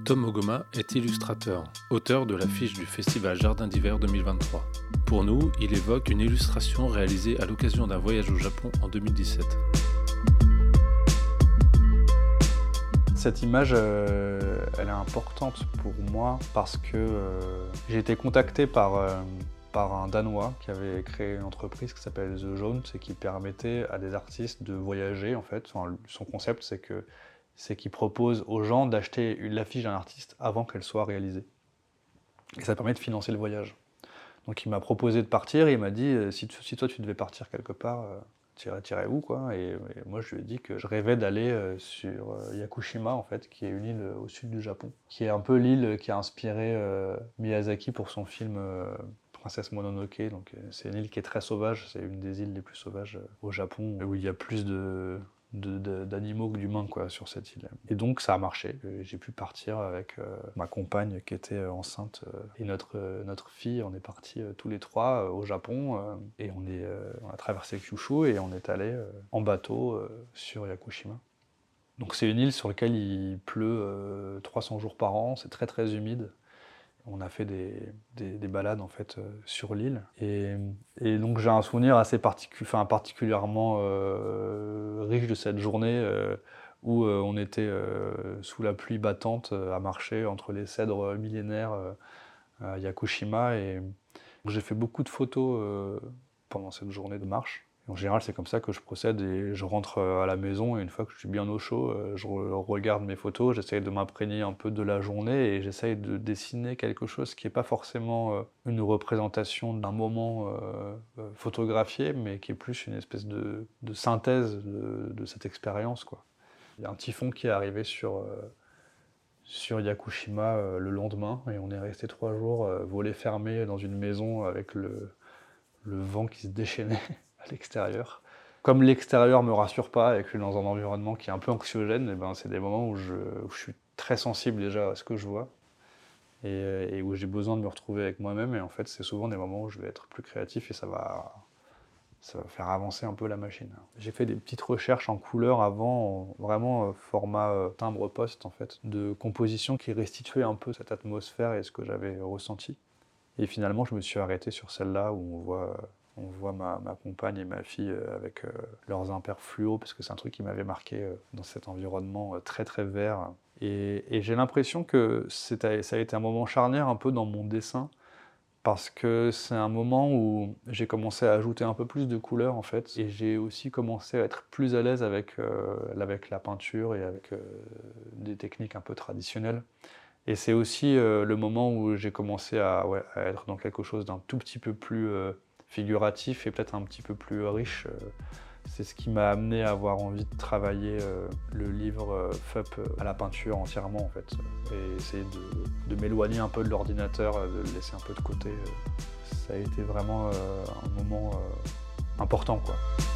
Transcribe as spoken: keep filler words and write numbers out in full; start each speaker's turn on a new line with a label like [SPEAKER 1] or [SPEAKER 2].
[SPEAKER 1] Tom Ogoma est illustrateur, auteur de l'affiche du Festival Jardin d'hiver deux mille vingt-trois. Pour nous, il évoque une illustration réalisée à l'occasion d'un voyage au Japon en deux mille dix-sept.
[SPEAKER 2] Cette image, euh, elle est importante pour moi parce que euh, j'ai été contacté par, euh, par un Danois qui avait créé une entreprise qui s'appelle The Jones et qui permettait à des artistes de voyager en fait. Enfin, son concept, c'est que c'est qu'il propose aux gens d'acheter l'affiche d'un artiste avant qu'elle soit réalisée. Et ça permet de financer le voyage. Donc il m'a proposé de partir et il m'a dit si, tu, si toi tu devais partir quelque part, euh, t'irais, t'irais où quoi et, et moi je lui ai dit que je rêvais d'aller euh, sur euh, Yakushima en fait, qui est une île au sud du Japon, qui est un peu l'île qui a inspiré euh, Miyazaki pour son film euh, Princesse Mononoke. Donc euh, c'est une île qui est très sauvage, c'est une des îles les plus sauvages euh, au Japon, où il y a plus de De, de, d'animaux que d'humains quoi, sur cette île. Et donc ça a marché, j'ai pu partir avec euh, ma compagne qui était euh, enceinte euh, et notre, euh, notre fille, on est partis euh, tous les trois euh, au Japon euh, et on, est, euh, on a traversé Kyushu et on est allé euh, en bateau euh, sur Yakushima. Donc c'est une île sur laquelle il pleut euh, trois cents jours par an, c'est très très humide. On a fait des, des, des balades en fait, euh, sur l'île. Et, et donc j'ai un souvenir assez particu- enfin, particulièrement euh, riche de cette journée euh, où euh, on était euh, sous la pluie battante euh, à marcher entre les cèdres millénaires euh, à Yakushima. Et j'ai fait beaucoup de photos euh, pendant cette journée de marche. Et en général, c'est comme ça que je procède et je rentre à la maison et une fois que je suis bien au chaud, je regarde mes photos, j'essaye de m'imprégner un peu de la journée et j'essaye de dessiner quelque chose qui n'est pas forcément une représentation d'un moment photographié, mais qui est plus une espèce de, de synthèse de, de cette expérience, quoi. Il y a un typhon qui est arrivé sur, sur Yakushima le lendemain et on est resté trois jours volets fermés dans une maison avec le, le vent qui se déchaînait à l'extérieur. Comme l'extérieur me rassure pas et que je suis dans un environnement qui est un peu anxiogène, et ben c'est des moments où je, où je suis très sensible déjà à ce que je vois et, et où j'ai besoin de me retrouver avec moi-même. Et en fait, c'est souvent des moments où je vais être plus créatif et ça va, ça va faire avancer un peu la machine. J'ai fait des petites recherches en couleur avant, vraiment format timbre-poste en fait, de composition qui restituait un peu cette atmosphère et ce que j'avais ressenti. Et finalement, je me suis arrêté sur celle-là où on voit, on voit ma, ma compagne et ma fille avec euh, leurs impairs fluo, parce que c'est un truc qui m'avait marqué euh, dans cet environnement euh, très très vert. Et, et j'ai l'impression que c'est, ça a été un moment charnière un peu dans mon dessin, parce que c'est un moment où j'ai commencé à ajouter un peu plus de couleurs en fait, et j'ai aussi commencé à être plus à l'aise avec, euh, avec la peinture et avec euh, des techniques un peu traditionnelles. Et c'est aussi euh, le moment où j'ai commencé à, ouais, à être dans quelque chose d'un tout petit peu plus euh, figuratif et peut-être un petit peu plus riche. Euh, c'est ce qui m'a amené à avoir envie de travailler euh, le livre euh, F U P à la peinture entièrement en fait. Et essayer de, de m'éloigner un peu de l'ordinateur, de le laisser un peu de côté. Ça a été vraiment euh, un moment euh, important quoi.